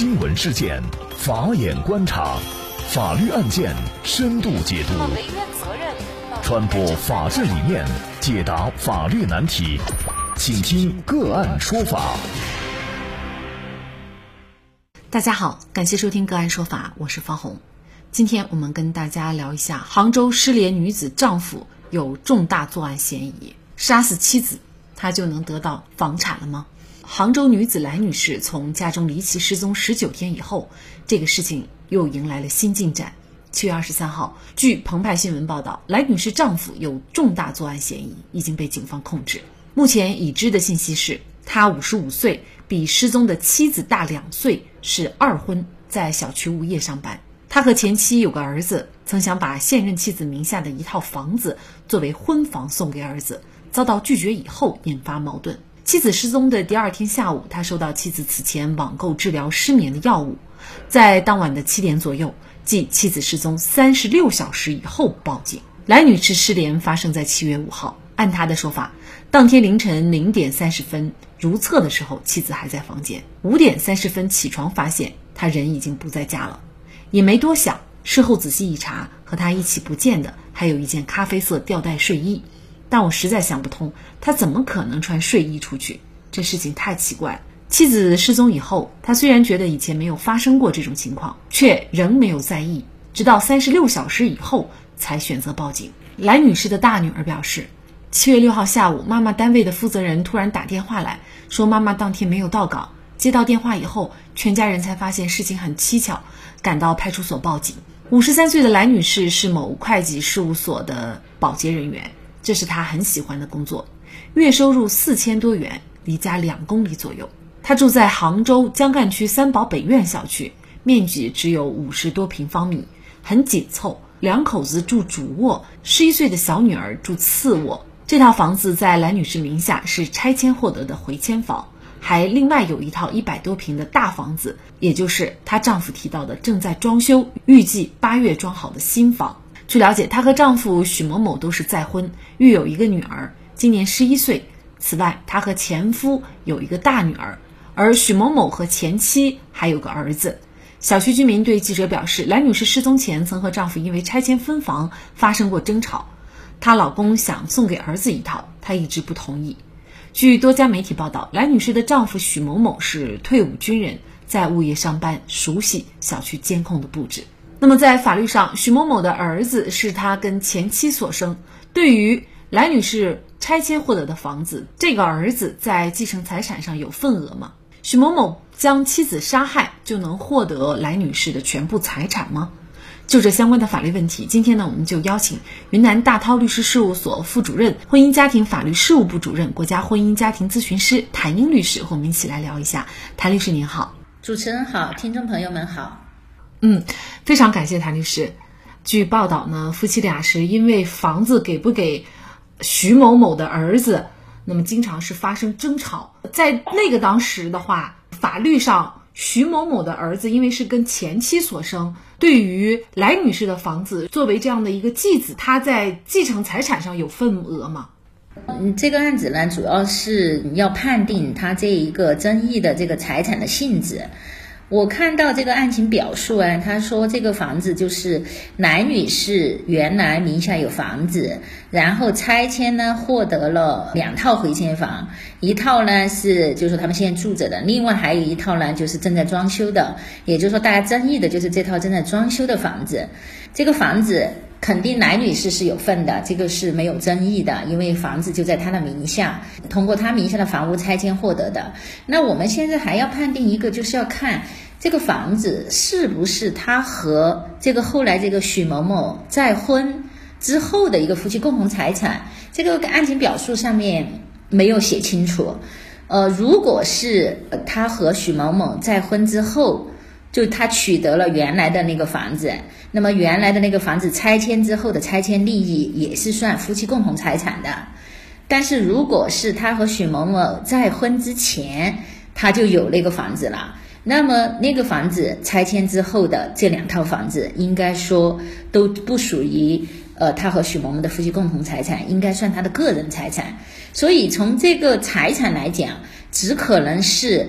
新闻事件，法眼观察，法律案件深度解读，传播法治理念，解答法律难题，请听个案说法。 大家好，感谢收听个案说法，我是方红。今天我们跟大家聊一下杭州失联女子丈夫有重大作案嫌疑，杀死妻子，他就能得到房产了吗？杭州女子来女士从家中离奇失踪19天以后，这个事情又迎来了新进展。7月23号，据澎湃新闻报道，来女士丈夫有重大作案嫌疑，已经被警方控制。目前已知的信息是，他55岁，比失踪的妻子大2岁，是二婚，在小区物业上班。他和前妻有个儿子，曾想把现任妻子名下的一套房子作为婚房送给儿子，遭到拒绝以后引发矛盾。妻子失踪的第二天下午，他收到妻子此前网购治疗失眠的药物，在当晚的7点左右，即妻子失踪36小时以后报警。来女士失联发生在7月5号，按她的说法，当天凌晨0点30分如厕的时候，妻子还在房间，5点30分起床发现她人已经不在家了，也没多想，事后仔细一查，和她一起不见的还有一件咖啡色吊带睡衣。但我实在想不通，他怎么可能穿睡衣出去？这事情太奇怪了。妻子失踪以后，他虽然觉得以前没有发生过这种情况，却仍没有在意，直到36小时以后才选择报警。来女士的大女儿表示，7月6号下午，妈妈单位的负责人突然打电话来说，妈妈当天没有到岗。接到电话以后，全家人才发现事情很蹊跷，赶到派出所报警。53岁的来女士是某会计事务所的保洁人员，这是她很喜欢的工作，月收入4000多元，离家2公里左右。她住在杭州江干区三宝北苑小区，面积只有50多平方米，很紧凑。2口子住主卧，11岁的小女儿住次卧。这套房子在来女士名下是拆迁获得的回迁房，还另外有一套100多平的大房子，也就是她丈夫提到的正在装修，预计8月装好的新房。据了解，她和丈夫许某某都是再婚，育有一个女儿，今年11岁。此外，她和前夫有一个大女儿，而许某某和前妻还有个儿子。小区居民对记者表示，来女士失踪前曾和丈夫因为拆迁分房发生过争吵，她老公想送给儿子一套，她一直不同意。据多家媒体报道，来女士的丈夫许某某是退伍军人，在物业上班，熟悉小区监控的布置。那么在法律上，许某某的儿子是他跟前妻所生，对于来女士拆迁获得的房子，这个儿子在继承财产上有份额吗？许某某将妻子杀害就能获得来女士的全部财产吗？就这相关的法律问题，今天呢，我们就邀请云南大韬律师事务所副主任、婚姻家庭法律事务部主任、国家婚姻家庭咨询师谭英律师和我们一起来聊一下。谭律师您好。 主持人好，听众朋友们好。 非常感谢谭律师。据报道呢，夫妻俩是因为房子给不给徐某某的儿子，那么经常是发生争吵。在那个当时的话，法律上徐某某的儿子因为是跟前妻所生，对于来女士的房子作为这样的一个继子，他在继承财产上有份额吗？ 这个案子呢，主要是要判定他这一个争议的这个财产的性质。我看到这个案情表述啊，他说这个房子就是来女士原来名下有房子，然后拆迁呢获得了2套回迁房，一套呢是就是他们现在住着的，另外还有一套呢就是正在装修的，也就是说大家争议的就是这套正在装修的房子。这个房子肯定来女士是有份的，这个是没有争议的，因为房子就在她的名下，通过她名下的房屋拆迁获得的。那我们现在还要判定一个，就是要看这个房子是不是她和这个后来这个许某某再婚之后的一个夫妻共同财产，这个案情表述上面没有写清楚。如果是她和许某某再婚之后，就他取得了原来的那个房子，那么原来的那个房子拆迁之后的拆迁利益也是算夫妻共同财产的。但是如果是他和许某某再婚之前他就有那个房子了，那么那个房子拆迁之后的这2套房子应该说都不属于他和许某某的夫妻共同财产，应该算他的个人财产。所以从这个财产来讲，只可能是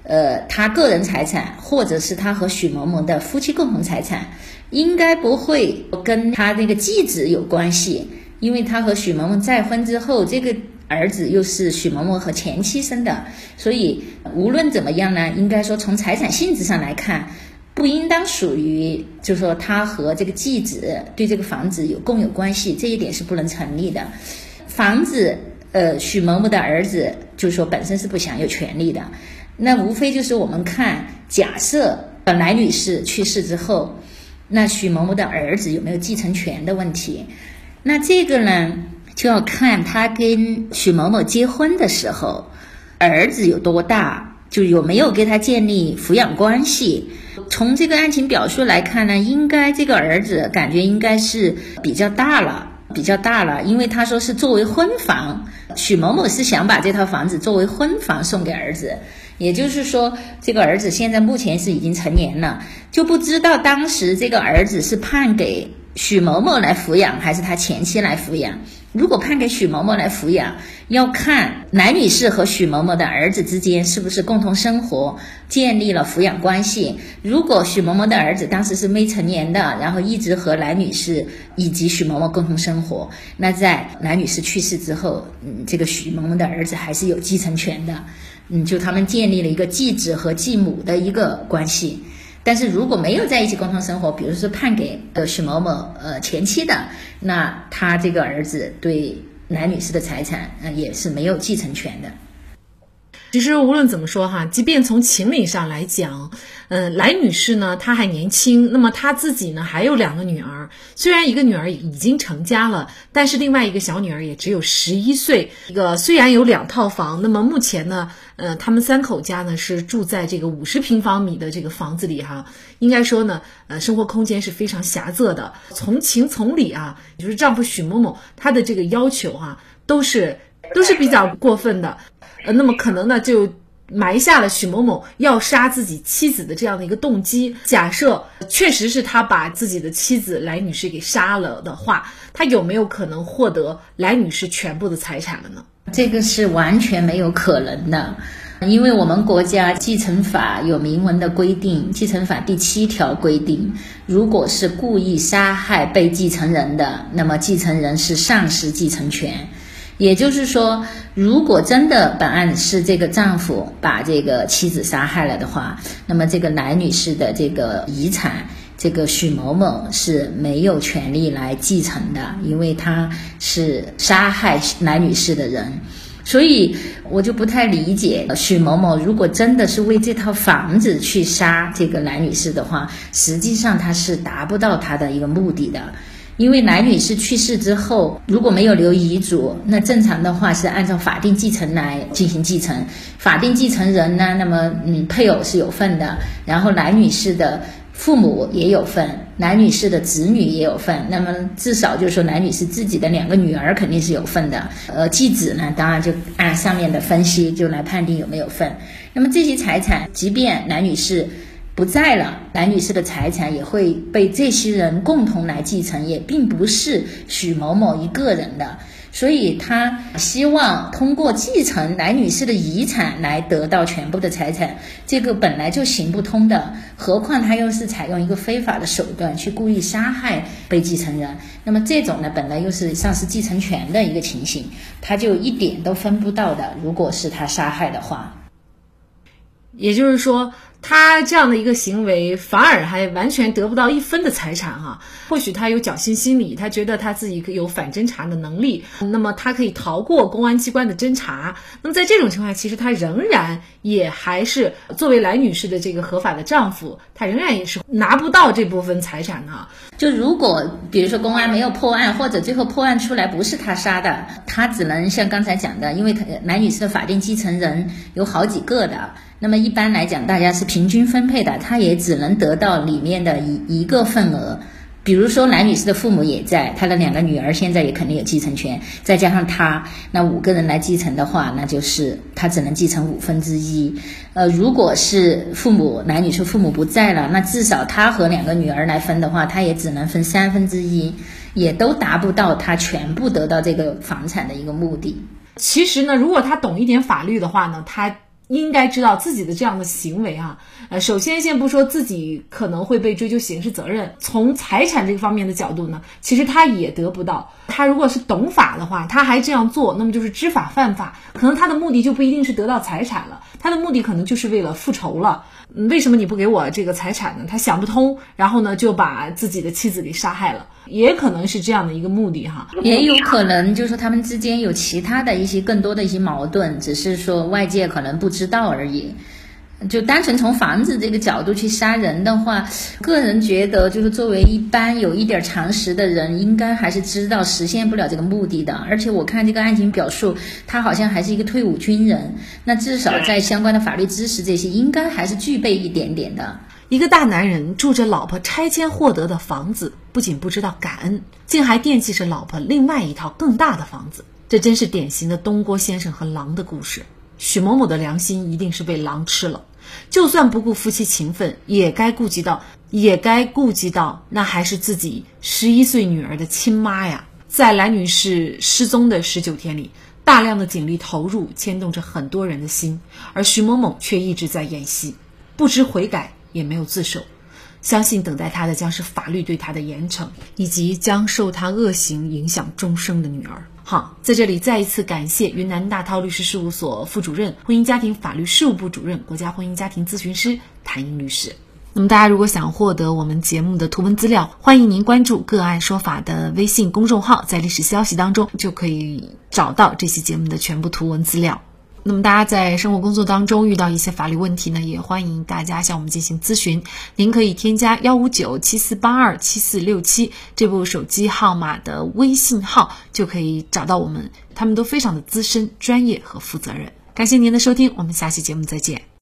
他个人财产，或者是他和许某某的夫妻共同财产，应该不会跟他那个继子有关系，因为他和许某某再婚之后，这个儿子又是许某某和前妻生的，所以无论怎么样呢，应该说从财产性质上来看，不应当属于就是说他和这个继子对这个房子有共有关系，这一点是不能成立的。房子许某某的儿子就是说本身是不享有权利的，那无非就是我们看，假设来女士去世之后，那许某某的儿子有没有继承权的问题。那这个呢，就要看他跟许某某结婚的时候，儿子有多大，就有没有跟他建立抚养关系。从这个案情表述来看呢，应该这个儿子感觉应该是比较大了，因为他说是作为婚房，许某某是想把这套房子作为婚房送给儿子，也就是说这个儿子现在目前是已经成年了，就不知道当时这个儿子是判给许某某来抚养还是他前妻来抚养。如果判给许某某来抚养，要看来女士和许某某的儿子之间是不是共同生活，建立了抚养关系。如果许某某的儿子当时是未成年的，然后一直和来女士以及许某某共同生活，那在来女士去世之后，这个许某某的儿子还是有继承权的，就他们建立了一个继子和继母的一个关系。但是如果没有在一起共同生活，比如说判给许某某前妻的，那他这个儿子对男女士的财产也是没有继承权的。 其实无论怎么说哈，即便从情理上来讲，来女士呢她还年轻，那么她自己呢还有2个女儿，虽然一个女儿已经成家了，但是另外一个小女儿也只有11岁。一个虽然有2套房，那么目前呢他们3口家呢是住在这个50平方米的这个房子里哈，应该说呢生活空间是非常狭窄的。从情从理啊，就是丈夫许某某他的这个要求啊都是比较过分的。那么可能呢就埋下了许某某要杀自己妻子的这样的一个动机。假设确实是他把自己的妻子来女士给杀了的话，他有没有可能获得来女士全部的财产了呢？ 这个是完全没有可能的，因为我们国家继承法有明文的规定，继承法第7条规定，如果是故意杀害被继承人的，那么继承人是丧失继承权。也就是说，如果真的本案是这个丈夫把这个妻子杀害了的话，那么这个来女士的这个遗产，这个许某某是没有权利来继承的，因为他是杀害来女士的人。所以我就不太理解，许某某如果真的是为这套房子去杀这个来女士的话，实际上他是达不到他的一个目的的。因为来女士去世之后，如果没有留遗嘱，那正常的话是按照法定继承来进行继承。法定继承人呢，那么配偶是有份的，然后来女士的父母也有份，来女士的子女也有份，那么至少就是说来女士自己的2个女儿肯定是有份的。继子呢，当然就按上面的分析就来判定有没有份。那么这些财产，即便来女士不在了，来女士的财产也会被这些人共同来继承，也并不是许某某一个人的。所以他希望通过继承来女士的遗产来得到全部的财产，这个本来就行不通的，何况他又是采用一个非法的手段去故意杀害被继承人，那么这种呢本来又是丧失继承权的一个情形，他就一点都分不到的，如果是他杀害的话。 也就是说他这样的一个行为反而还完全得不到1分的财产啊。或许他有侥幸心理，他觉得他自己有反侦查的能力，那么他可以逃过公安机关的侦查。那么在这种情况下，其实他仍然也还是作为来女士的这个合法的丈夫，他仍然也是拿不到这部分财产的。 就如果比如说公安没有破案，或者最后破案出来不是他杀的，他只能像刚才讲的，因为来女士的法定继承人有好几个的，那么一般来讲大家是平均分配的，他也只能得到里面的一个份额。比如说来女士的父母也在，她的2个女儿现在也肯定有继承权，再加上她，那5个人来继承的话，那就是她只能继承1/5。如果是来女士父母不在了，那至少她和2个女儿来分的话，她也只能分1/3，也都达不到她全部得到这个房产的一个目的。 其实呢，如果她懂一点法律的话呢，她应该知道自己的这样的行为首先先不说自己可能会被追究刑事责任，从财产这个方面的角度呢，其实他也得不到。他如果是懂法的话，他还这样做，那么就是知法犯法，可能他的目的就不一定是得到财产了，他的目的可能就是为了复仇了。为什么你不给我这个财产呢？他想不通，然后呢就把自己的妻子给杀害了，也可能是这样的一个目的也有可能就是说他们之间有其他的一些更多的一些矛盾，只是说外界可能不知道而已。就单纯从房子这个角度去杀人的话，个人觉得就是作为一般有一点常识的人，应该还是知道实现不了这个目的的。而且我看这个案情表述，他好像还是一个退伍军人，那至少在相关的法律知识这些应该还是具备一点点的。 一个大男人住着老婆拆迁获得的房子，不仅不知道感恩，竟还惦记着老婆另外一套更大的房子。这真是典型的东郭先生和狼的故事。许某某的良心一定是被狼吃了，就算不顾夫妻情分，也该顾及到那还是自己11岁女儿的亲妈呀。在来女士失踪的19天里，大量的警力投入，牵动着很多人的心，而徐某某却一直在演戏，不知悔改，也没有自首。相信等待他的将是法律对他的严惩，以及将受他恶行影响终生的女儿。好，在这里再一次感谢云南大韬律师事务所副主任、婚姻家庭法律事务部主任、国家婚姻家庭咨询师谭英律师。那么大家如果想获得我们节目的图文资料，欢迎您关注个案说法的微信公众号，在历史消息当中就可以找到这期节目的全部图文资料。那么大家在生活工作当中遇到一些法律问题呢，也欢迎大家向我们进行咨询。您可以添加15974827467这部手机号码的微信号，就可以找到我们，他们都非常的资深、专业和负责任。感谢您的收听，我们下期节目再见。